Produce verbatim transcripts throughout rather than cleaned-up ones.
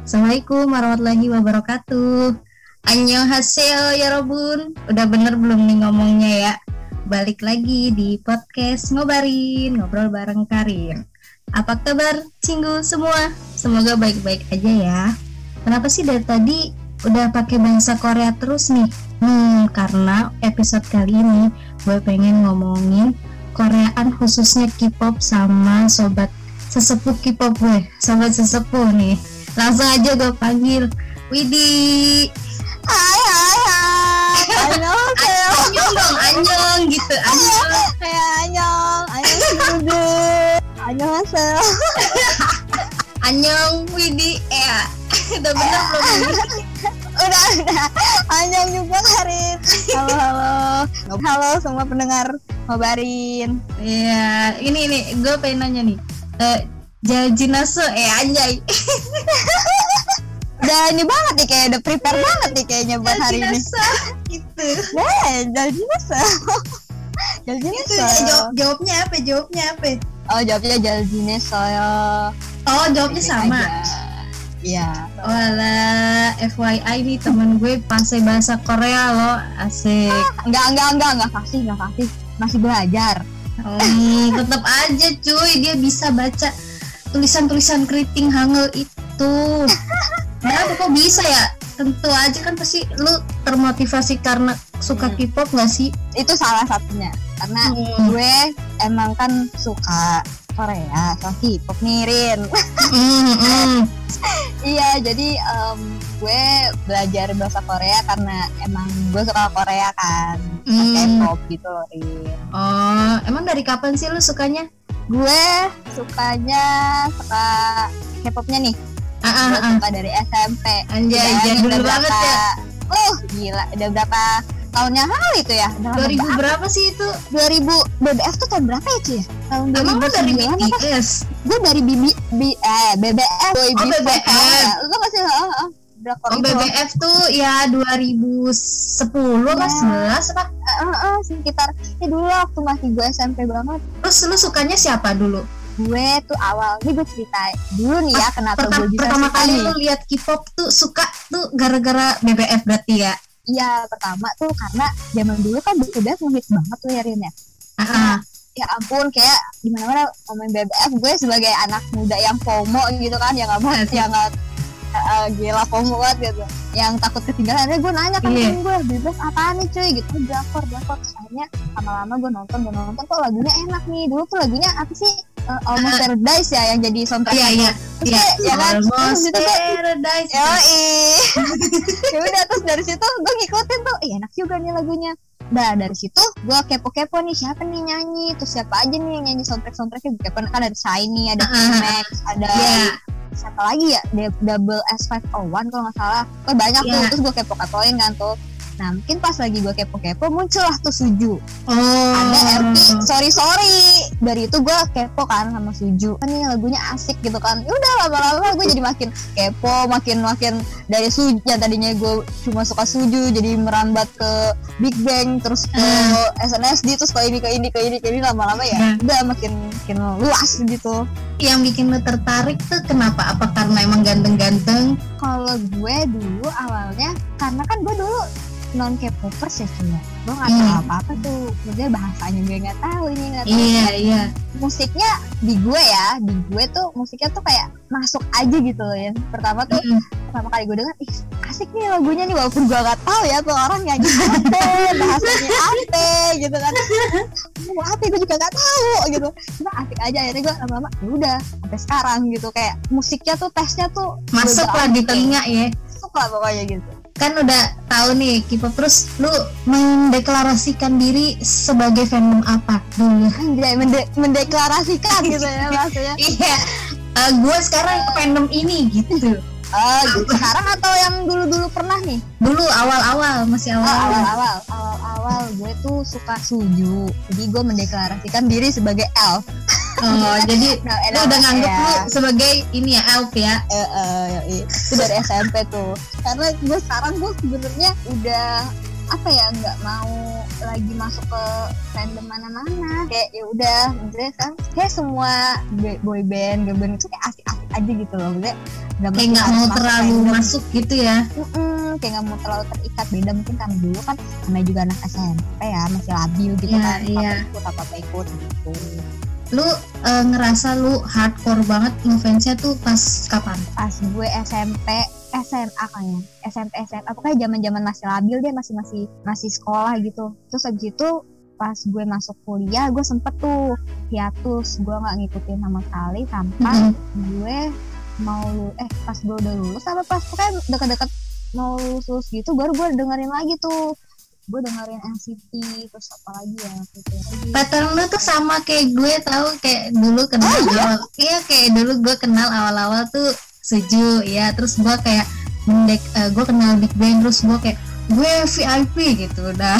Assalamualaikum warahmatullahi wabarakatuh. Annyeonghaseyo ya Robun. Udah bener belum nih ngomongnya ya? Balik lagi di podcast Ngobarin, ngobrol bareng Karin. Apa kabar Cinggu semua? Semoga baik-baik aja ya. Kenapa sih dari tadi udah pakai bahasa Korea terus nih? Hmm, karena episode kali ini gue pengen ngomongin Koreaan, khususnya K-pop sama sobat sesepuh K-pop gue, sobat sesepuh nih. Langsung aja gue panggil Widi. Hai hai hai. Annyeong kayak Anyong dong, anyong gitu. Anyong. kayak anyong, anyong sudu. Annyeonghaseyo. Anyong Widi. Eh, udah bener belum ini? Udah udah. Anyong juga Karin. Halo halo. Halo semua pendengar Ngobarin. Iya, ini ini gue pengen nanya nih. Eh, Jaljinaso eh anjay. Udah ini banget nih, kayak udah prepare banget nih kayaknya buat hari ini. Jaljinaso gitu. Weh, Jaljinaso. Itu Jaljinaso. ya, jawab, jawabnya apa? Jawabnya apa? Oh, jawabnya Jaljinaso ya. Oh, jawabnya sama. Iya. Walah, F Y I nih temen gue pasai bahasa Korea loh, asik. Enggak enggak enggak enggak fasih, enggak fasih. Masih belajar. Hmm, tetap aja cuy, dia bisa baca tulisan-tulisan keriting Hangul itu. Kenapa kok bisa ya? Tentu aja kan pasti lu termotivasi karena suka Hmm. K-pop nggak sih? Itu salah satunya. Karena Hmm. gue emang kan suka Korea, suka K-pop nih, Rin. Hmm, hmm. Iya, jadi em, gue belajar bahasa Korea karena emang gue suka Korea kan, suka Hmm. K-pop gitu loh, Rin. Oh, emang dari kapan sih lu sukanya? Gue sukanya suka K-popnya nih. Ah, ah, Gue ah. suka dari S M P. Anjay, Bayangin jadul udah banget berapa- ya. Uh, gila, udah berapa tahun yang lalu itu ya? Udah lama dua ribu banget. berapa sih itu? dua ribu B B F tuh tahun berapa ya, Ci ya? Tahun Emang lu dari dua ribu sembilan apa? B T S? Gue dari B B, B eh B B F. Boy Oh, Before B B F. Flower. Lu nggak sih? Heeh, heeh. Drakor Oh, itu B B loh. F tuh ya dua ribu sepuluh apa Ya. sebelas apa? Heeh, heeh, sekitar ya dulu waktu masih gue S M P banget. Terus lu sukanya siapa dulu? Gue tuh awal, ini gue ceritain dulu nih ya kenapa Pertama, gue bisa pertama suka kali nih. lu lihat K-pop tuh suka tuh gara-gara B B F berarti ya? Iya, pertama tuh karena zaman dulu kan B B F ngehits banget tuh ya, Rin ya. Ah, ah. Ya ampun, kayak di mana-mana ngomongin B B F, gue sebagai anak muda yang FOMO gitu kan, yang nggak mau, Asik. yang nggak uh, gila FOMO banget gitu, yang takut ketinggalan. Akhirnya gue nanya kan Iya. temen gue, B B F apaan nih cuy gitu, drakor drakor. Terus akhirnya lama-lama gue nonton, gue nonton kok lagunya enak nih. Dulu tuh lagunya apa sih? Uh, Almost Ah. Paradise ya yang jadi soundtrack. Iya iya Terus iya. kayak, ya kan, terus Almost gitu kayak, Paradise. yoi. Ya udah, terus dari situ gue ngikutin tuh, iya enak juga nih lagunya. Nah dari situ gue kepo-kepo nih siapa nih nyanyi, terus siapa aja nih yang nyanyi soundtrack-soundtracknya. Gue kepo kan ada Shiny, ada Ah, T-Max, ada Iya. siapa lagi ya, D- Double S lima nol satu kalau nggak salah. Kan banyak tuh, Iya. terus gue kepo-kepoin kan tuh. Nah mungkin pas lagi gue kepo-kepo muncullah tuh Suju. Oh. Ada R P sorry sorry. Dari itu gue kepo kan sama Suju. Kan nih lagunya asik gitu kan. Ya udah lama-lama gue jadi makin kepo, makin makin dari Suju yang tadinya gue cuma suka Suju jadi merambat ke Big Bang, terus ke S N S D, terus ke ini ke ini ke ini ke ini lama-lama ya. Udah makin makin luas gitu. Yang bikin lu tertarik tuh kenapa? Apa karena emang ganteng-ganteng? Kalau gue dulu awalnya karena kan gue dulu non K-popers ya cuy, gue nggak Hmm. tahu apa-apa tuh, maksudnya bahasanya gue nggak tahu, ini nggak tahu. Iya iya. Musiknya di gue ya, di gue tuh musiknya tuh kayak masuk aja gitu loh ya. Pertama tuh Mm. pertama kali gue denger, ih asik nih lagunya nih, walaupun gue nggak tahu ya tuh orang nyanyi apa, bahasanya apa gitu kan. Mau apa gue juga nggak tahu gitu. Cuma asik aja, akhirnya gue lama-lama ya udah sampai sekarang gitu, kayak musiknya tuh tesnya tuh Masuk lah di telinga ya. masuk lah pokoknya gitu. Kan udah tahu nih K-pop, terus lu mendeklarasikan diri sebagai fandom apa dulu? Anjay, mende- mendeklarasikan gitu ya maksudnya. Iya, eh, gue sekarang fandom ini gitu. Oh, gitu. Sekarang atau yang dulu-dulu pernah nih? Dulu awal-awal masih Oh, awal-awal. awal-awal, awal-awal gue tuh suka Suju. Jadi gue mendeklarasikan diri sebagai elf. Oh, jadi Nah, lu udah nganggep ya. lu sebagai ini ya elf ya? Eh, eh, yoi. Itu dari S M P tuh. Karena gue sekarang gue sebenarnya udah apa ya, nggak mau lagi masuk ke fandom mana-mana. Kayak ya udah, maksudnya kan kayak semua boy band, girl band itu kayak asik-asik aja gitu loh. Maksudnya kayak nggak mau terlalu fandom. Masuk gitu ya. Mm-mm, kayak nggak mau terlalu terikat. Beda mungkin karena dulu kan namanya juga anak S M P ya, masih labil gitu yeah, kan, iya. apa ikut apa apa ikut gitu. Lu uh, ngerasa lu hardcore banget ngefansnya tuh pas kapan? Pas gue S M P S M A kayaknya, S M P S M A, pokoknya zaman-zaman masih labil, dia masih masih masih sekolah gitu. Terus habis itu pas gue masuk kuliah, gue sempet tuh hiatus, gue nggak ngikutin sama sekali sampai mm-hmm. gue mau eh pas gue udah lulus, apa pas pokoknya deket-deket mau lulus gitu, baru gue dengerin lagi tuh, gue dengerin N C T, terus apa lagi ya gitu. Pattern lu tuh sama kayak gue, tahu kayak dulu kenal oh, iya? awal, iya kayak dulu gue kenal awal-awal tuh Suju ya, terus gue kayak mendek, uh, gue kenal Big Bang, terus gue kayak gue V I P gitu, udah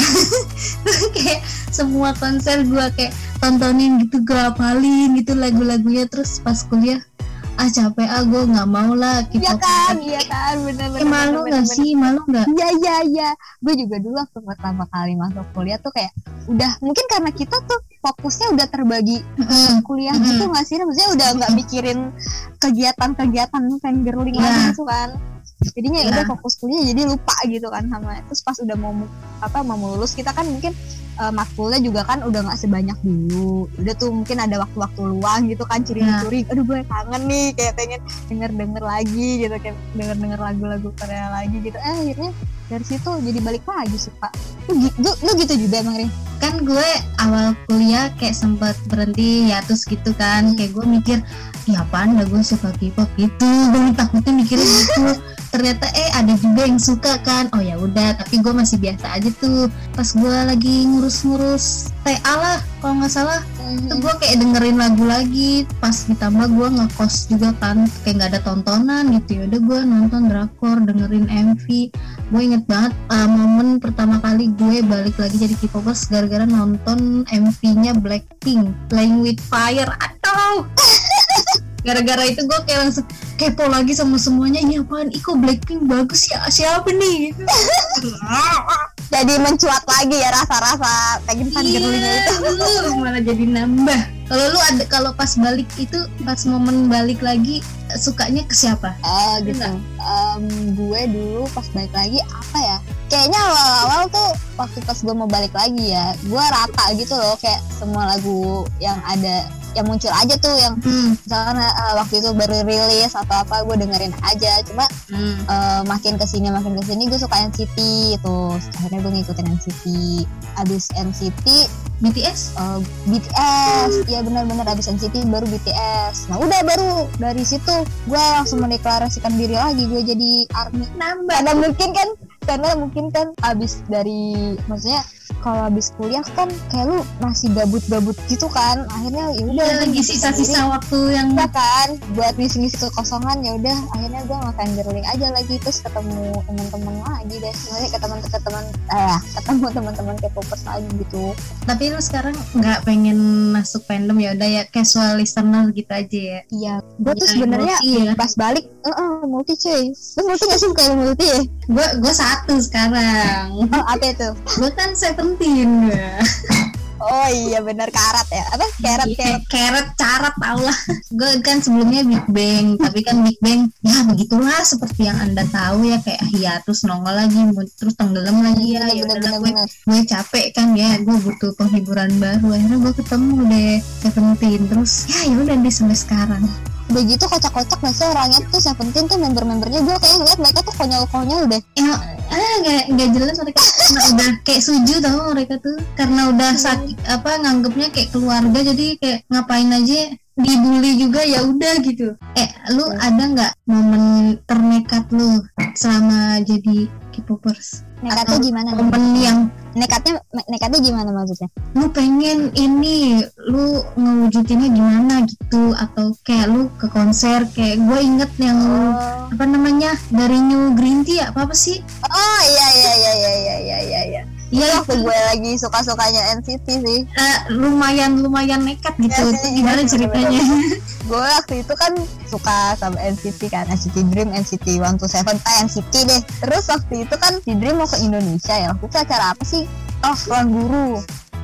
kayak semua konser gue kayak tontonin gitu, gue hafalin gitu lagu-lagunya. Terus pas kuliah ah capek ah, gue nggak mau lah gitu. Iya kan, iya kan, bener-bener. Eh, malu nggak sih, malu nggak? Iya iya iya, gue juga dulu waktu pertama kali masuk kuliah tuh kayak udah, mungkin karena kita tuh fokusnya udah terbagi mm-hmm. kuliah mm-hmm. gitu nggak sih, maksudnya udah nggak mikirin kegiatan-kegiatan fangirling yeah. gitu kan. Jadinya yeah. udah fokus kuliah, jadi lupa gitu kan sama. Terus pas udah mau apa mau lulus, kita kan mungkin uh, makulnya juga kan udah nggak sebanyak dulu. Udah tuh mungkin ada waktu-waktu luang gitu kan, curi-curi. Yeah. Aduh gue kangen nih, kayak pengen denger-denger lagi gitu, kayak denger-denger lagu-lagu Korea lagi gitu. Eh akhirnya dari situ jadi balik lagi suka. Lu, lu, lu gitu juga emang Rin? Kan gue awal kuliah kayak sempet berhenti ya terus gitu kan. Hmm. Kayak gue mikir, ya apaan dah gue suka K-pop gitu. Gue takutnya mikirnya gitu. Ternyata eh ada juga yang suka kan. Oh ya udah, tapi gue masih biasa aja tuh. Pas gue lagi ngurus-ngurus T A lah kalau nggak salah, mm-hmm. tuh gue kayak dengerin lagu lagi. Pas ditambah gue ngekos juga kan, kayak nggak ada tontonan gitu. Ya udah gue nonton drakor, dengerin M V. Gue inget banget uh, momen pertama kali gue balik lagi jadi K-popers gara-gara nonton M V-nya Blackpink, Playing with Fire. Atau gara-gara itu gue kayak langsung kepo lagi sama semuanya. Ini apaan? Iko Blackpink bagus ya, siapa nih? Gitu. Jadi mencuat lagi ya rasa-rasa pengen fangirlingnya itu. Malah jadi nambah. Kalau lu ada, kalau pas balik itu, pas momen balik lagi, sukanya ke siapa? Oh gitu. Um, gue dulu pas balik lagi apa ya? Kayaknya awal-awal tuh waktu pas gue mau balik lagi ya, gue rata gitu loh, kayak semua lagu yang ada yang muncul aja tuh, yang hmm. misalkan uh, waktu itu baru rilis atau apa gue dengerin aja. Cuma hmm. uh, makin kesini makin kesini gue suka N C T itu, akhirnya gue ngikutin N C T. Abis N C T B T S, uh, B T S, hmm. ya benar-benar abis N C T baru B T S. Nah udah baru dari situ gue langsung mendeklarasikan diri lagi, gue jadi ARMY. Nambah. Karena mungkin kan, karena mungkin kan abis dari, maksudnya kalau abis kuliah kan kayak lu masih gabut-gabut gitu kan, akhirnya ya udah ya, lagi sisa-sisa waktu yang ya kan buat ngisi-ngisi kekosongan. Ya udah akhirnya gue ngapain gerling aja lagi, terus ketemu teman-teman lagi deh, sebenarnya ke teman-teman eh ketemu teman-teman K-popers lagi gitu. Tapi lu sekarang nggak pengen masuk fandom, ya udah ya casual listener gitu aja ya? Iya, gue tuh sebenarnya ya. Pas balik uh, uh, multi cuy. Lu multi nggak sih kayak multi ya? Gue gue satu sekarang. Oh apa itu? Gue kan Seventeen gue. Oh iya benar, karat ya, apa karat karat karat carat tau lah. Gue kan sebelumnya Big Bang, tapi kan Big Bang ya begitulah seperti yang anda tahu ya, kayak hiatus nongol lagi terus tenggelam lagi ya. Ya udah gue, gue capek kan ya, gue butuh penghiburan baru, akhirnya gue ketemu deh Seventeen, terus ya ya udah deh sampai sekarang. Begitu kocak-kocak nggak sih orangnya tuh Seventeen tuh, member-membernya gue kayak ngeliat mereka tuh konyol-konyol deh. Ya, ah nggak nggak jelas mereka karena udah kayak Suju tau mereka tuh, karena udah sakit apa nganggepnya kayak keluarga, jadi kayak ngapain aja dibully juga ya udah gitu. Eh lu hmm. ada nggak momen ternekat lu selama jadi K-popers? Nekatnya gimana? Momen yang nekatnya nekatnya gimana maksudnya? Lu pengen ini, lu ngewujudinnya gimana gitu, atau kayak lu ke konser kayak gue inget yang oh. apa namanya dari New Green Tea apa apa sih? Oh iya iya iya iya iya iya iya iya. Iya waktu gue lagi suka-sukanya N C T sih. Uh, lumayan lumayan nekat gitu. Ya, itu gimana ya, ceritanya? Gue waktu itu kan suka sama N C T kan, N C T Dream, N C T one two seven, eh N C T deh. Terus waktu itu kan si Dream mau ke Indonesia ya. Waktu itu acara apa sih? Oh, Ruang Guru.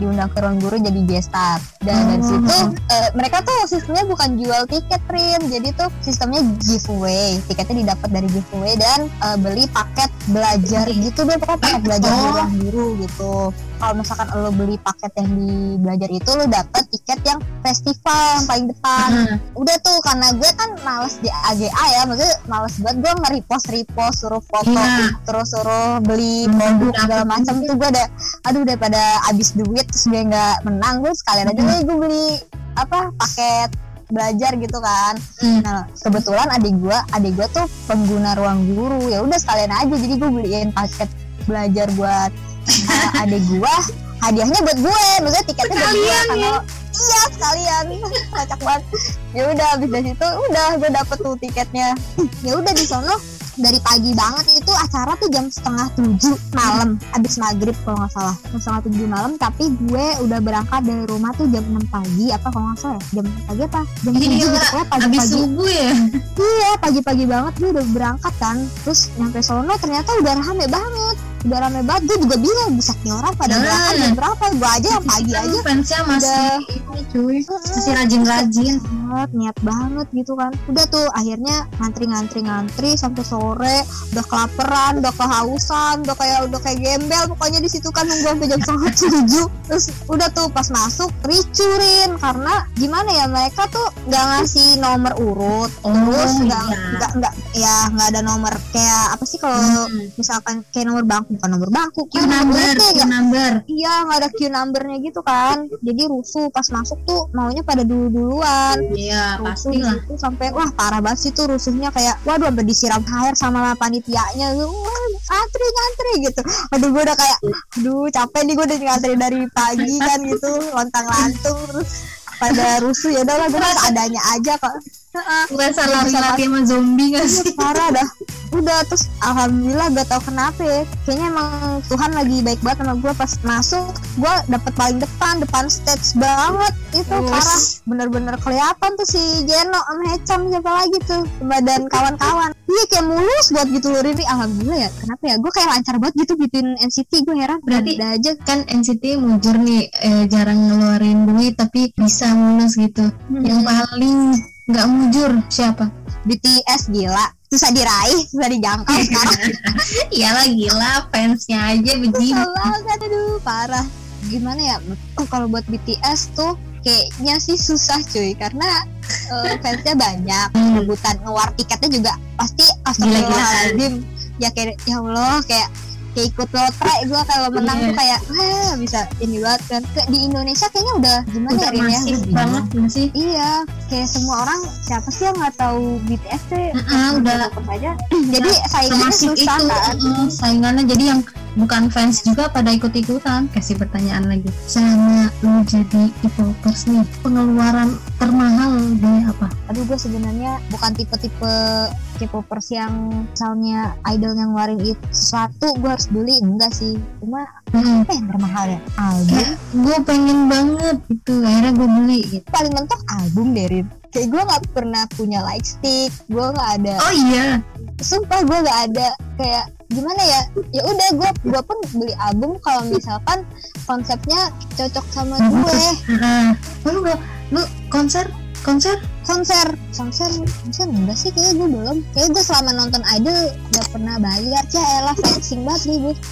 diundang ke ruang guru jadi guest star. Dan dari situ uh, mereka tuh sistemnya bukan jual tiket, Rin. Jadi tuh sistemnya giveaway. Tiketnya didapat dari giveaway dan uh, beli paket belajar gitu deh, pokoknya paket belajar di ruang guru gitu. Kalau misalkan lo beli paket yang di belajar itu, lo dapet tiket yang festival yang paling depan. Uh-huh. Udah tuh, karena gue kan males di A G A ya, maksudnya males banget gue nge-repost repost suruh foto, yeah. terus suruh beli produk segala macam tuh. Gue ada, aduh daripada abis duit terus gue nggak menang, gue sekalian aja uh-huh. gue beli apa paket belajar gitu kan. Hmm. Nah kebetulan adik gue, adik gue tuh pengguna ruang guru, ya udah sekalian aja, jadi gue beliin paket belajar buat uh, adik gue, hadiahnya buat gue, maksudnya tiketnya buat gue karena iya sekalian, kocak banget. Ya udah habis dari situ udah gue dapet tuh tiketnya. Ya udah di sono dari pagi banget, itu acara tuh jam setengah tujuh malam, abis maghrib kalau nggak salah, jam setengah tujuh malam. Tapi gue udah berangkat dari rumah tuh jam enam pagi apa kalau nggak salah ya, jam pagi apa jam tujuh gitu ya, pagi-pagi abis subuh ya. Iya pagi-pagi banget gue udah berangkat kan, terus nyampe sono ternyata udah rame banget. Udah rame banget, gue juga bingung bisa nih orang pada nah, berangkat jam berapa, gue aja yang pagi aja fansnya masih udah, ini cuy masih rajin-rajin banget, niat banget gitu kan. Udah tuh akhirnya ngantri-ngantri-ngantri sampai sore, udah kelaparan, udah kehausan, udah kayak udah kayak gembel pokoknya di situ kan, nunggu sampai jam setengah tujuh. Terus udah tuh pas masuk ricurin karena gimana ya, mereka tuh nggak ngasih nomor urut, oh, terus nggak nggak iya. nggak ya nggak ada nomor kayak apa sih kalau hmm. misalkan kayak nomor bangku, bukan nomor bangku, Q number, Q number. Iya, nggak ada Q numbernya gitu kan. Jadi rusuh pas masuk tuh maunya pada dulu-duluan. Iya, pasti lah. Gitu, sampai wah parah banget sih tuh rusuhnya, kayak waduh sampai disiram air sama panitianya. Wah, ngantri ngantri gitu. Aduh gue udah kayak aduh capek nih, gue udah ngantri dari pagi kan gitu, lontang-lantung terus pada rusuh. Ya udah lah, gue adanya aja kok. Gue salah lari sama zombie gak sih? Parah dah. Udah terus alhamdulillah gak tau kenapa ya, kayaknya emang Tuhan lagi baik banget sama gue. Pas masuk gue dapet paling depan, depan stage banget. Itu Ush. Parah, bener-bener kelihatan tuh si Jeno sama Hecam, siapa lagi tuh, dan kawan-kawan. Iya kayak mulus buat gitu loh Riri. Alhamdulillah ya, kenapa ya, gue kayak lancar banget gitu gituin N C T. Gue heran, berarti ada aja kan N C T mujur nih, eh, jarang ngeluarin duit tapi bisa mulus gitu. hmm. Yang paling nggak mujur siapa? B T S gila, susah diraih, susah dijangkau sekarang. Iyalah gila, fansnya aja begini. Banget, aduh parah. Gimana ya? Oh, kalau buat B T S tuh kayaknya sih susah cuy, karena uh, fansnya banyak. Rebutan ngeluar tiketnya juga pasti astagfirullahaladzim. Ya kayak ya Allah, kayak kayak ikut lotre gue kalau menang yeah. tuh kayak wah bisa ini banget kan. Ke, di Indonesia kayaknya udah gimana udah ya masih ya? Banget masih. Iya, kayak semua orang siapa sih yang nggak tahu B T S sih? Uh-uh, udah aja. Jadi saingannya susah itu, kan? Uh, saingannya jadi yang bukan fans juga pada ikut-ikutan. Kasih pertanyaan lagi. Selama lu jadi K-popers nih, pengeluaran termahal biaya apa? Aduh gue sebenarnya bukan tipe-tipe K-popers yang misalnya idol yang ngeluarin itu sesuatu gue harus beli, enggak sih. Cuma hmm. apa yang termahal ya? Album. Gue pengen banget itu, akhirnya gue beli gitu. Paling mentok album deh, kayak gue nggak pernah punya light stick, gue nggak ada. Oh iya. Sumpah gue nggak ada, kayak gimana ya? Ya udah gue gue pun beli album kalau misalkan konsepnya cocok sama gue. Heeh. Lu gak, lu konser konser konser konser konser enggak sih, kayaknya gue belum. Kayaknya gue selama nonton idol gak pernah bayar. Ya elah, flexing banget nih gue.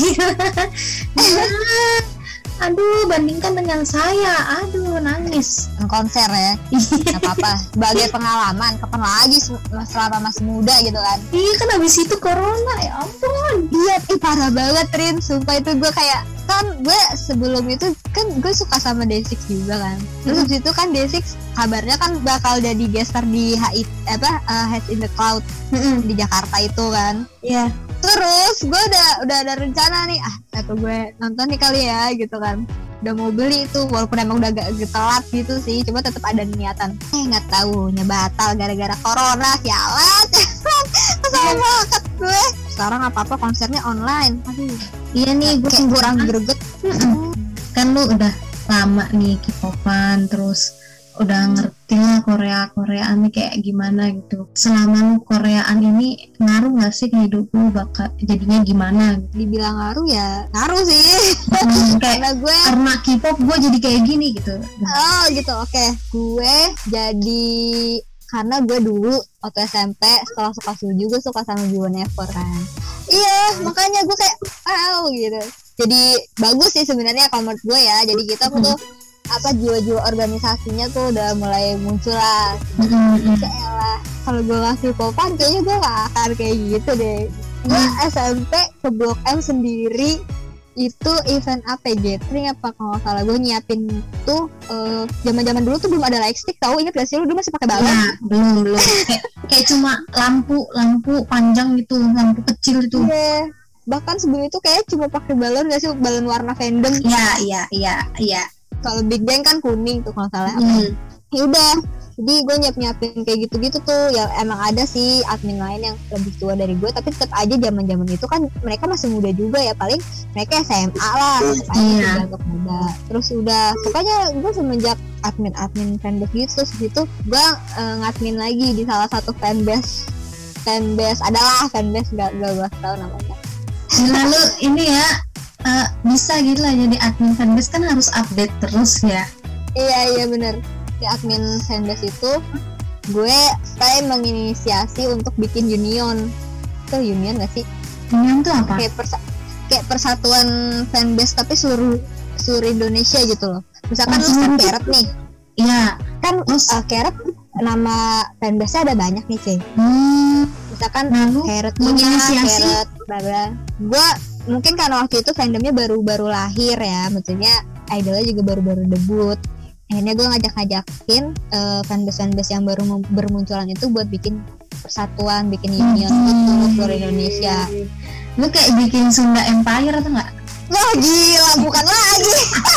Aduh, bandingkan dengan saya, aduh nangis. Konser ya, nggak apa-apa. Sebagai pengalaman, kapan lagi selama masih muda gitu kan. Iya kan abis itu corona, ya ampun. Iya, ih parah banget Rin. Sumpah itu gue kayak, kan gue sebelum itu kan gue suka sama D six juga kan. Terus hmm. itu kan D six kabarnya kan bakal jadi guest star di H I apa uh, Heads in the Cloud hmm. di Jakarta itu kan. Iya. Yeah. Terus gue udah udah ada rencana nih, ah atau gue nonton nih kali ya gitu kan. Udah mau beli itu walaupun emang udah agak telat gitu sih, cuma tetap ada niatan. Eh nggak tahunya batal gara-gara corona, sialan. Kesel banget gue. Sekarang apa-apa konsernya online. Aduh. Iya nih gue kurang greget. Kan lu udah lama nih K-popan, terus udah ngerti lah Korea Koreaan nih kayak gimana gitu. Selama lu Koreaan ini ngaruh nggak sih ke hidup lu, bakal jadinya gimana? Dibilang ngaruh ya ngaruh sih. Hmm, kayak Karena gue karena K-pop gue jadi kayak gini gitu. oh gitu oke okay. Gue jadi karena gue dulu waktu S M P setelah suka Suju gue suka sama Jiwon Never kan. Iya makanya gue kayak wow gitu. Jadi bagus sih sebenarnya kalau menurut gue ya. Jadi kita tuh apa jiwa-jiwa organisasinya tuh udah mulai muncul lah. Mm-hmm. Kayak kalau gue ngasih popan kayaknya gue gak akan kayak gitu deh. Gue S M P ke Blok M sendiri itu event A P G Tring apa kalau nggak salah gue nyiapin tuh uh, zaman-zaman dulu tuh belum ada light stick, tahu ingat gak sih lu dulu masih pakai balon? Ya, belum belum kayak, kayak cuma lampu lampu panjang gitu, lampu kecil itu. Yeah. Bahkan sebelum itu kayak cuma pakai balon gak sih, balon warna fandom. Iya iya iya iya. Kalau Big Bang kan kuning tuh kalau salah. Hmm. Ya udah. Jadi gue nyiap-nyiapin kayak gitu-gitu tuh. Ya emang ada sih admin lain yang lebih tua dari gue, tapi tetap aja zaman-zaman itu kan mereka masih muda juga ya, paling mereka S M A lah, tetap aja yeah. dianggap muda. Terus udah pokoknya gue semenjak admin-admin fanbase gitu, terus gitu gue uh, ngadmin lagi di salah satu fanbase. Fanbase adalah fanbase gak gak gue tahu namanya. Lalu ini ya uh, bisa gitu lah jadi admin fanbase kan harus update terus ya. Iya iya bener. Di admin fanbase itu gue kayak menginisiasi untuk bikin union. Itu union gak sih? Union tuh apa? Kayak, persa- kayak persatuan fanbase tapi seluruh seluruh Indonesia gitu loh. Misalkan oh, lu kan Carrot nih. Iya. Kan uh, Carrot nama fanbase-nya ada banyak nih sih. Hmm. Misalkan Lalu Carrot punya Carrot bla bla. Gue mungkin karena waktu itu fandomnya baru-baru lahir ya, maksudnya idolnya juga baru-baru debut. Akhirnya gue ngajak-ngajakin uh, fanbase-fanbase yang baru bermunculan itu buat bikin persatuan, bikin union hmm. gitu seluruh Indonesia. Lu kayak bikin Sunda Empire atau enggak? Wah gila, bukan lagi.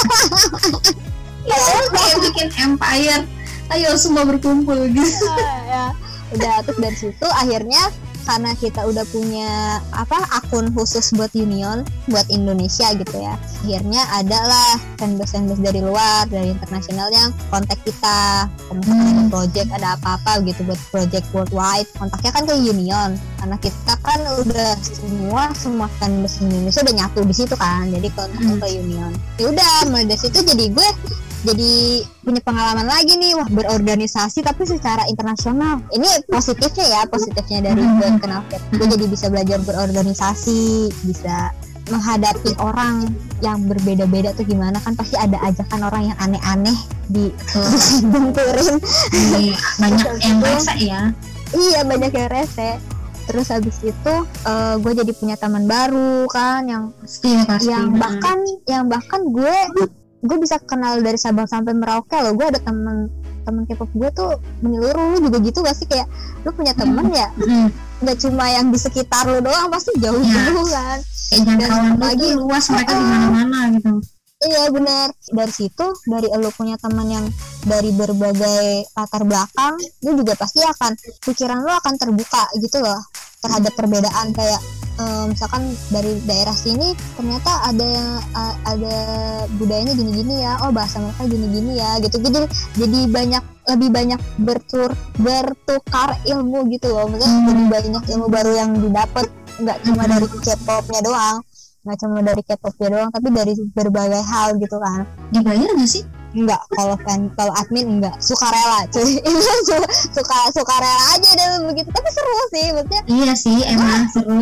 Ya, kayak bikin Empire. Ayo semua berkumpul gitu. Ya, udah terus dari situ akhirnya karena kita udah punya apa akun khusus buat union buat Indonesia gitu ya, akhirnya adalah fanbase-fanbase dari luar, dari internasional yang kontak kita kalau misalkan hmm. ada project, ada apa-apa gitu buat project worldwide, kontaknya kan ke union karena kita kan udah semua semua fanbase Indonesia udah nyatu di situ kan, jadi kontaknya hmm. ke union. Ya udah mulai dari situ jadi gue jadi punya pengalaman lagi nih, wah berorganisasi tapi secara internasional. Ini positifnya ya, positifnya dari gue kenal gue jadi bisa belajar berorganisasi, bisa menghadapi orang yang berbeda-beda tuh gimana, kan pasti ada ajakan orang yang aneh-aneh di dibungkurin. Banyak yang rese ya. Iya banyak yang rese. Terus habis itu uh, gue jadi punya teman baru kan yang pasti, pasti. yang bahkan yang bahkan gue gue bisa kenal dari Sabang sampai Merauke loh. Gue ada temen temen K-pop gue tuh menyeluruh. Lu juga gitu gak sih, kayak lu punya temen ya nggak cuma yang di sekitar lu doang, pasti jauh-jauh ya. Kan kayak dan lagi luas mereka uh, di mana-mana gitu. Iya benar. Dari situ, dari lu punya teman yang dari berbagai latar belakang, lu juga pasti akan pikiran lu akan terbuka gitu loh terhadap perbedaan. Kayak um, misalkan dari daerah sini ternyata ada uh, ada budayanya gini-gini ya, oh bahasa mereka gini-gini ya gitu. Jadi jadi banyak lebih banyak bertur bertukar ilmu gitu loh. Maksudnya hmm. lebih banyak ilmu baru yang didapat, nggak cuma dari K-popnya doang. Nggak cuma dari K-popnya doang, tapi dari berbagai hal gitu kan. Dibayar nggak sih? Enggak, kalau fan, kalau admin enggak, sukarela cuy. suka suka rela aja deh begitu, tapi seru sih maksudnya. Iya sih, emang ah, seru.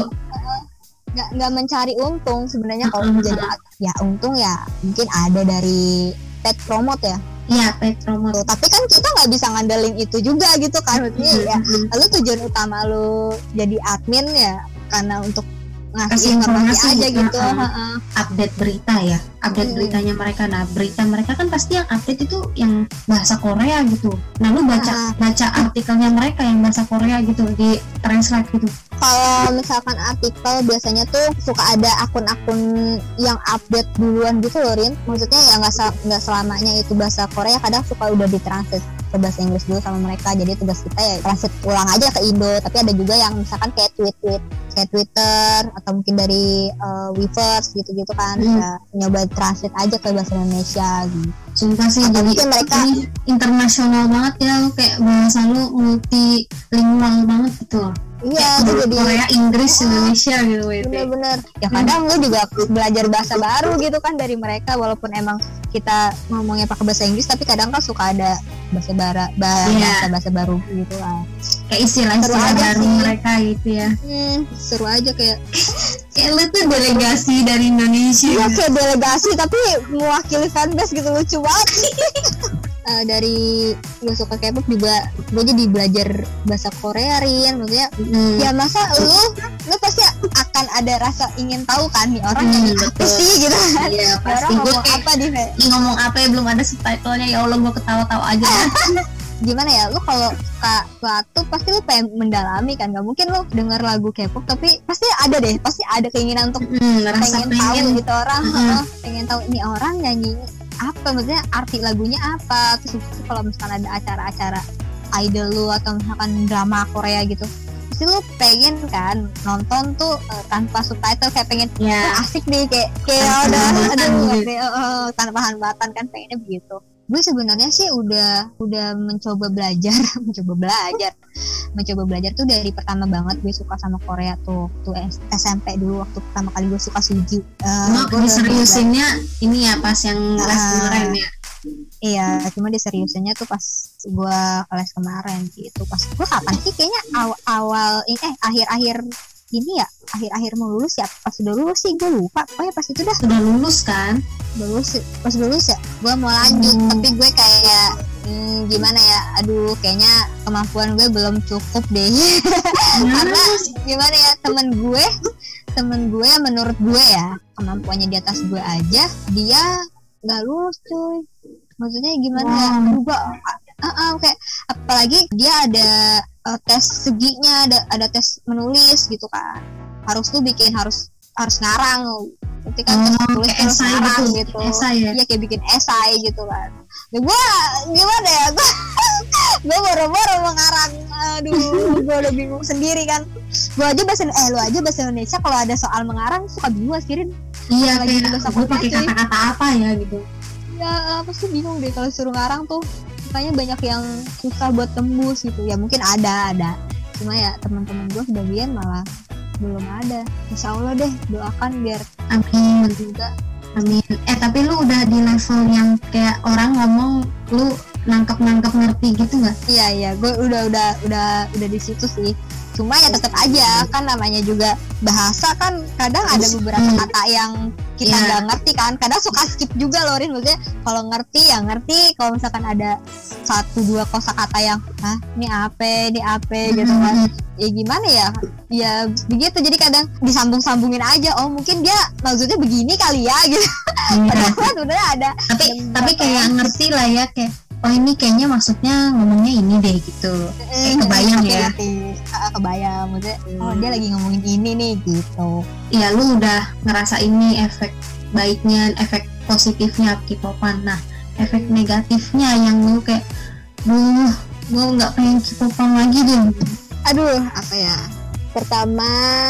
Nggak nggak mencari untung sebenarnya kalau uh-huh. jadi ya untung ya mungkin ada dari paid promote ya. Iya, paid promote. Tuh, tapi kan kita nggak bisa ngandelin itu juga gitu kan, maksudnya uh-huh. ya. Lalu tujuan utama lu jadi admin ya karena untuk ngasih informasi aja gitu, uh, uh. update berita ya, update hmm. beritanya mereka. Nah berita mereka kan pasti yang update itu yang bahasa Korea gitu. Nah lu baca uh. baca artikelnya mereka yang bahasa Korea gitu, di translate gitu. Kalau misalkan artikel biasanya tuh suka ada akun-akun yang update duluan gitu loh Rin. Maksudnya ya nggak nggak selamanya itu bahasa Korea, kadang suka udah ditranslate ke bahasa Inggris dulu sama mereka. Jadi tugas kita ya translate ulang aja ke Indo. Tapi ada juga yang misalkan kayak tweet-tweet kayak Twitter atau mungkin dari uh, Weverse gitu-gitu kan, Hmm. ya nyoba translate aja ke bahasa Indonesia gitu. Sumpah sih, Atau jadi mungkin mereka ini internasional banget ya, lu kayak bahasa lu multilingual banget gitu loh. iya Kayak tuh jadi Korea, Inggris, Oh, Indonesia gitu gitu. bener-bener ya kadang lu juga belajar bahasa baru gitu kan dari mereka, walaupun emang kita ngomongnya pakai bahasa Inggris tapi kadang kan suka ada bahasa bara bah- Iya. bahasa bahasa baru gitu lah. Kayak istilah-istilah Seru aja baru sih. mereka gitu ya. Hmm, seru aja kayak Kayak lu tuh delegasi dari Indonesia. iya kayak delegasi tapi mewakili fanbase gitu, lucu banget. Eh, dari gue suka K-pop juga gue jadi belajar bahasa Korea, Rin, maksudnya Hmm. ya masa lu lu pasti akan ada rasa ingin tahu kan nih orang Hmm, nyanyi apa betul. sih gitu kan. Iya, Orang pasti gue ngomong kayak apa di Ih, ngomong apa ya, belum ada subtitlenya, ya Allah gue ketawa-tawa aja. gimana ya, lu kalau suka suatu pasti lu pengen mendalami kan, nggak mungkin lu denger lagu K-pop tapi pasti ada deh, pasti ada keinginan untuk Hmm, rasa pengen tahu pengen. gitu orang, Mhm. heeh, pengen tahu ini orang nyanyi apa, maksudnya arti lagunya apa. Terus itu kalau misalkan ada acara-acara idol lu atau misalkan drama Korea gitu, pasti lu pengen kan nonton tuh eh, tanpa subtitle, kayak pengen Ya. "Wah, asik nih kayak kayak Tanpa udah hambatan aduh gitu. kayak, oh, oh, tanpa hambatan kan, pengennya begitu. Gue sebenarnya sih udah udah mencoba belajar mencoba belajar mencoba belajar tuh dari pertama banget gue suka sama Korea tuh tuh S- S M P dulu, waktu pertama kali gue suka Suju. Eh, Cuma gue udah diseriusinnya ini ya pas yang les Ah. kemarin ya. Iya, cuma diseriusinnya tuh pas gue kelas kemarin gitu. Pas gue kapan sih, kayaknya awal, awal ini eh akhir-akhir ini ya, akhir-akhir mau lulus ya. Pas udah lulus sih gue lupa. Pokoknya pas itu dah Sudah lulus kan? udah lulus, pas udah lulus ya. Gue mau lanjut, Hmm. tapi gue kayak hmm, gimana ya? Aduh, kayaknya kemampuan gue belum cukup deh. Karena gimana ya, temen gue, temen gue menurut gue ya kemampuannya di atas gue aja, dia nggak lulus cuy. Maksudnya gimana ya? Wow. Aduh, gua uh, uh, kayak apalagi dia ada uh, tes seginya, ada ada tes menulis gitu kan. Harus tuh bikin harus harus ngarang. Nanti kan tes Oh, tulis kayak terus esai ngarang gitu. gitu. Esai ya? Iya kayak bikin esai gitu kan. Ya gua gimana ya? Gua gua boro-boro mau ngarang. Aduh, gua udah bingung sendiri kan. Gua aja bahasa eh lu aja bahasa Indonesia kalau ada soal mengarang suka bingung kirim. Iya, Lagi kayak bahasa gue Korea, pakai cuy. kata-kata apa ya gitu. Ya apa sih, bingung deh kalau suruh ngarang tuh. Makanya banyak yang susah buat tembus gitu. Ya mungkin ada ada. Cuma ya teman-teman gue sebagian malah belum ada. Insya Allah deh, doakan biar Amin. juga. Amin. Eh tapi lu udah di level yang kayak orang ngomong lu nangkep-nangkep ngerti gitu nggak? Iya iya, gue udah udah udah udah di situ sih. Cuma ya tetap aja kan namanya juga bahasa kan, kadang ada beberapa Hmm. kata yang kita Iya. nggak ngerti kan, kadang suka skip juga loh Rin. Maksudnya kalau ngerti ya ngerti, kalau misalkan ada satu dua kosakata yang hah ini apa ini apa gitu kan, ya gimana ya, ya begitu. Jadi kadang disambung-sambungin aja, oh mungkin dia maksudnya begini kali ya gitu. Iya. Padahal kan udah ada tapi yang tapi berapa kayak ngerti lah ya, kayak oh ini kayaknya maksudnya ngomongnya ini deh gitu. Eh, kebayang ngerti, ya. ngerti. Ah, kebayang maksudnya oh Hmm. dia lagi ngomongin ini nih gitu. Ya lu udah ngerasa ini efek baiknya, efek positifnya K-popan. Nah, efek negatifnya yang lu kayak duh gue nggak pengen K-popan lagi deh. Aduh, apa ya? Pertama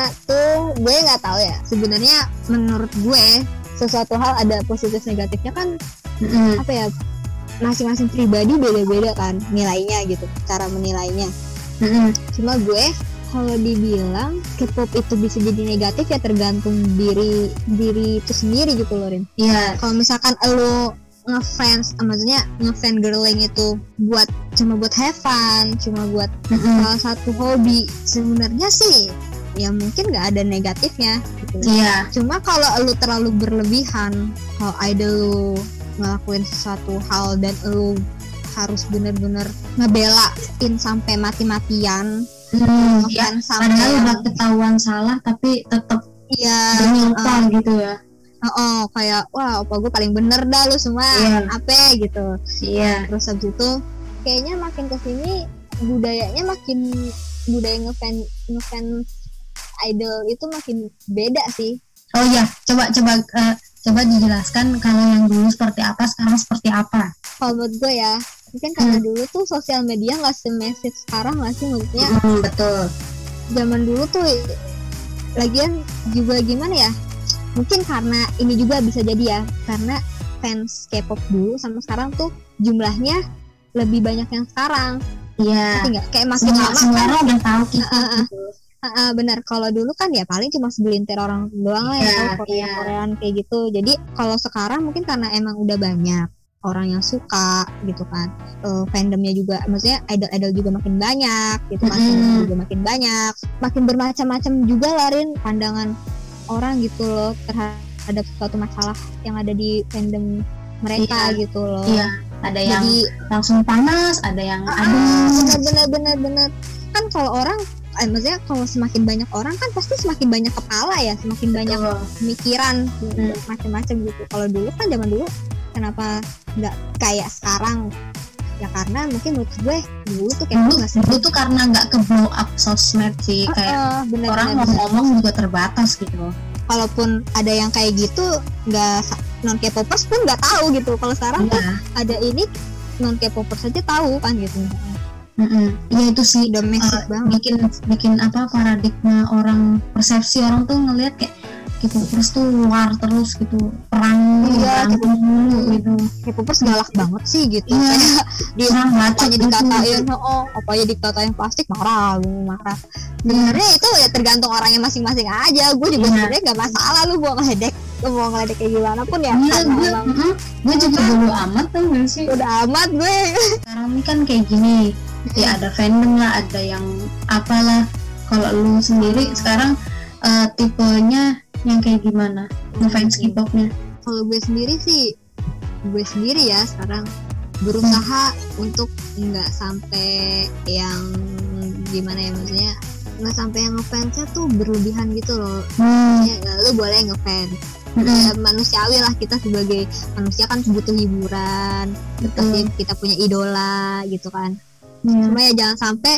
tuh gue nggak tahu ya. Sebenarnya menurut gue sesuatu hal ada positif negatifnya kan, Mm-mm. apa ya? Masing-masing pribadi beda-beda kan nilainya gitu, cara menilainya. Mm-mm. Cuma gue kalau dibilang K-pop itu bisa jadi negatif ya tergantung diri diri itu sendiri gitu loh Rin. Iya. Kalau misalkan lo ngefans, eh, maksudnya ngefan girling itu buat cuma buat have fun, cuma buat Mm-mm. salah satu hobi, sebenarnya sih ya mungkin nggak ada negatifnya gitu. Iya. Cuma kalau lu terlalu berlebihan, kalau idol lu ngelakuin sesuatu hal dan lu harus bener-bener ngebelain sampai mati-matian, Hmm, ngefans ya, sampai padahal yang- udah ketahuan salah tapi tetap iya, demi uh, upah gitu ya. oh, oh, kayak wah opa gue paling bener dah lu semua, Iya. apa gitu. Iya. Terus habis itu kayaknya makin kesini budayanya makin budaya ngefan ngefan idol itu makin beda sih. Oh iya, coba coba eh, coba dijelaskan kalau yang dulu seperti apa, sekarang seperti apa. Kalau menurut gue ya, mungkin karena Hmm. dulu tuh sosial media nggak se-massive sekarang nggak sih, maksudnya Hmm, betul. zaman dulu tuh lagian juga gimana ya, mungkin karena ini juga bisa jadi ya, karena fans K-pop dulu sama sekarang tuh jumlahnya lebih banyak yang sekarang. Iya. Nggak? Kayak makin Semua, lama semua kan orang udah tahu kita. uh, uh, gitu. uh, uh, benar. Kalau dulu kan ya paling cuma segelintir orang doang lah Iya, yang tahu Korea Koreaan kayak gitu. Jadi kalau sekarang mungkin karena emang udah banyak orang yang suka gitu kan, uh, fandomnya juga, maksudnya idol-idol juga makin banyak gitu kan, Mm-hmm. fandom juga makin banyak, makin bermacam-macam juga larin pandangan orang gitu loh terhadap suatu masalah yang ada di fandom mereka Iya. gitu loh. Iya, ada yang Jadi langsung panas, ada yang ah, adem. benar-benar benar-benar kan kalau orang eh, maksudnya kalau semakin banyak orang kan pasti semakin banyak kepala ya, semakin banyak Betul. pemikiran Hmm. macam-macam gitu. Kalau dulu kan zaman dulu kenapa nggak kayak sekarang? Ya karena mungkin menurut gue dulu tuh kayak Dulu, nggak dulu tuh karena nggak ke blow up sosmed sih, uh, kayak uh, bener, orang bener, mau bener. ngomong juga terbatas gitu loh. Kalaupun ada yang kayak gitu, nggak non K-popers pun nggak tahu gitu. Kalau sekarang tuh Iya. ada ini non K-popers aja tahu kan gitu. Mm-mm. Iya itu sih Udah massive uh, banget. bikin bikin apa paradigma orang, persepsi orang tuh ngelihat kayak K-popers tuh war terus gitu, perang Iya, berantem mulu gitu. K-popers galak banget sih gitu. Iya. Kayak dia Orang bacot apanya gitu. dikatain, oh, apanya dikatain plastik marah, gue marah. Sebenarnya itu ya tergantung orangnya masing-masing aja. Gue juga Iya. sebenarnya nggak masalah lu mau ngeledek, lu mau ngeledek kayak gimana pun ya. Iya, karena gue, emang mm, gue juga dulu amat tuh gak sih. udah amat gue. Sekarang ini kan kayak gini, ya ada fandom lah, ada yang apalah. Kalau lu sendiri sekarang uh, tipenya yang kayak gimana? Ngefans K-popnya? Kalau gue sendiri sih, gue sendiri ya sekarang berusaha untuk nggak sampai yang gimana ya, maksudnya nggak sampai yang ngefansnya tuh berlebihan gitu loh. Hmm. Ya, lu boleh ngefans. Mm-mm. Ya, manusiawi lah, kita sebagai manusia kan butuh hiburan, pasti Betul. kita punya idola gitu kan. Iya. Cuma ya jangan sampai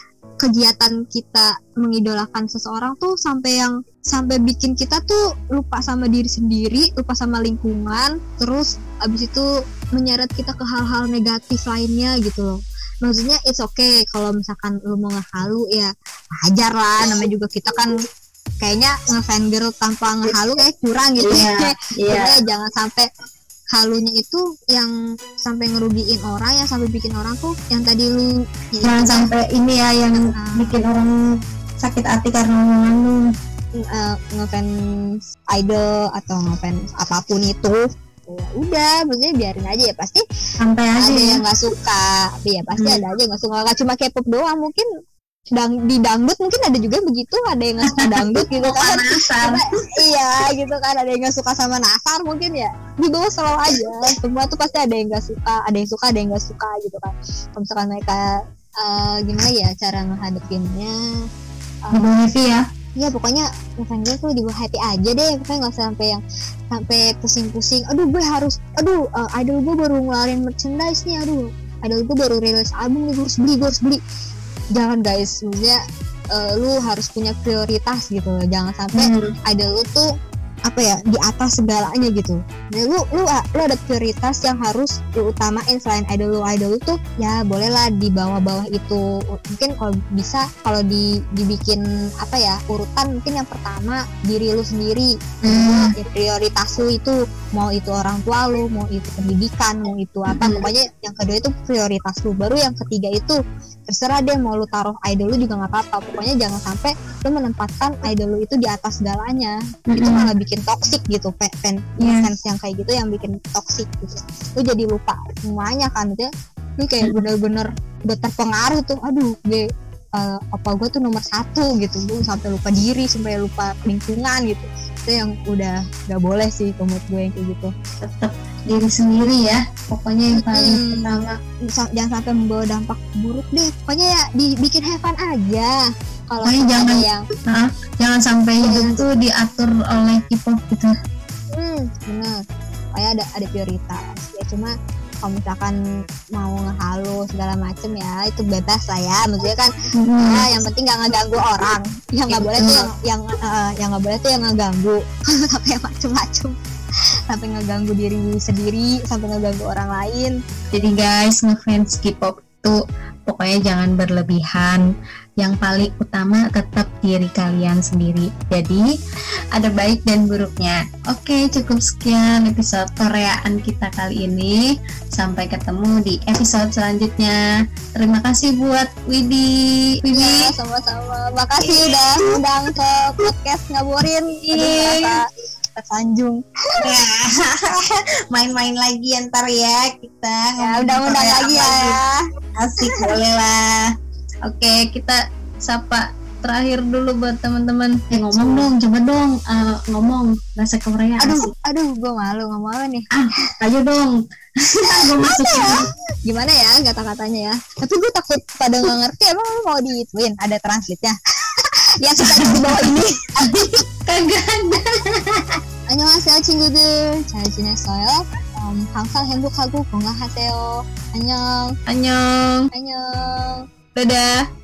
kegiatan kita mengidolakan seseorang tuh sampai yang sampai bikin kita tuh lupa sama diri sendiri, lupa sama lingkungan, terus abis itu menyeret kita ke hal-hal negatif lainnya gitu loh. Maksudnya it's okay kalau misalkan lu mau ngehalu ya wajar lah, namanya juga kita kan kayaknya ngefangirl tanpa ngehalu kayak kurang gitu. Iya, iya. Jadi jangan sampai halunya itu yang sampai ngerugiin orang, yang sampai bikin orang tuh yang tadi lu Jangan sampai ini ya yang uh, bikin orang sakit hati karena omongan lu. uh, ngefans idol atau ngefans apapun itu, ya udah, maksudnya biarin aja ya, pasti Sampai aja ada ya. yang nggak suka, tapi ya pasti Hmm. ada aja yang nggak suka. Nggak cuma K-pop doang, mungkin dang di dangdut mungkin ada juga begitu, ada yang nggak suka dangdut gitu kan. Nasar. Karena, iya gitu kan, ada yang nggak suka sama Nasar mungkin ya, di bawah slow aja, semua tuh pasti ada yang nggak suka, ada yang suka, ada yang nggak suka gitu kan. Kalau misalkan mereka uh, gimana ya cara menghadapinnya, Dibawa happy ya. ya pokoknya ngefangirl tuh dibuat happy aja deh, pokoknya nggak sampai yang sampai pusing-pusing. Aduh gue harus, aduh uh, idol gue baru ngeluarin merchandise nih, aduh idol gue baru rilis album nih, gue harus beli, gue harus beli. Jangan guys, maksudnya uh, lu harus punya prioritas gitu loh. Jangan sampai Hmm. idol lu tuh apa ya di atas segalanya gitu. Nah, lu lu lu ada prioritas yang harus lu utamain selain idol lu. Idol lu tuh ya bolehlah di bawah-bawah itu. Mungkin kalau bisa kalau di dibikin apa ya urutan, mungkin yang pertama diri lu sendiri. Hmm. Ya, prioritas lu itu mau itu orang tua lu, mau itu pendidikan, mau itu apa, Hmm. pokoknya yang kedua itu prioritas lu. Baru yang ketiga itu terserah deh mau lu taruh idol lu juga nggak apa-apa. Pokoknya jangan sampai lu menempatkan idol lu itu di atas segalanya. Itu Mm-mm. malah bikin toksik gitu, fan fan Yes. fans yang kayak gitu yang bikin toksik gitu. Lu jadi lupa semuanya kan, gitu. Lu kayak bener-bener udah terpengaruh tuh, aduh gue uh, apa gue tuh nomor satu gitu, gue sampai lupa diri, sampai lupa lingkungan gitu. Itu yang udah gak boleh sih menurut gue yang kayak gitu. Tetap diri sendiri ya, pokoknya yang paling Hmm. pertama. Sa- jangan sampai membawa dampak buruk deh, pokoknya ya dibikin have fun aja. Kalau Pokoknya ada jangan- yang Nah, jangan sampai Jangan hidup tuh diatur oleh K-pop gitu. hmm, bener, kayak ada ada prioritas ya. Cuma kalau misalkan mau ngehalu segala macem ya itu bebas lah ya, maksudnya kan Hmm. ya, yang penting nggak ngeganggu orang. Yang nggak boleh tuh yang yang uh, yang nggak boleh tuh yang ngeganggu sampai yang macem-macem, sampai ngeganggu diri sendiri, sampai ngeganggu orang lain. Jadi guys, ngefans K-pop tuh pokoknya jangan berlebihan. yang paling utama tetap diri kalian sendiri. Jadi ada baik dan buruknya. Oke, cukup sekian episode Koreaan kita kali ini. Sampai ketemu di episode selanjutnya. Terima kasih buat Widi. Widi, Ya, sama-sama. Makasih udah undang ke podcast ngaburin. Aduh, merasa tersanjung. ya. Main-main lagi ntar ya kita. Ya, ngomongin undang-undang Korea lagi ya. Asik, boleh lah. Oke, kita sapa terakhir dulu buat teman-teman. Eh, ngomong dong, coba dong uh, ngomong bahasa Korea. Aduh, asik. aduh, gue malu ngomong apa nih. Ah, ayo dong. Gue masukin. Gimana ya kata-katanya ya? Tapi gue takut pada nggak ngerti. Emang lu mau diituin? Ada translate-nya? Ya sudah di bawah ini. Kagak ada. 안녕하세요 친구들. 잘 지냈어요? 음, 항상 행복하고 건강하세요. 안녕. Annyeong. 안녕. Dadah.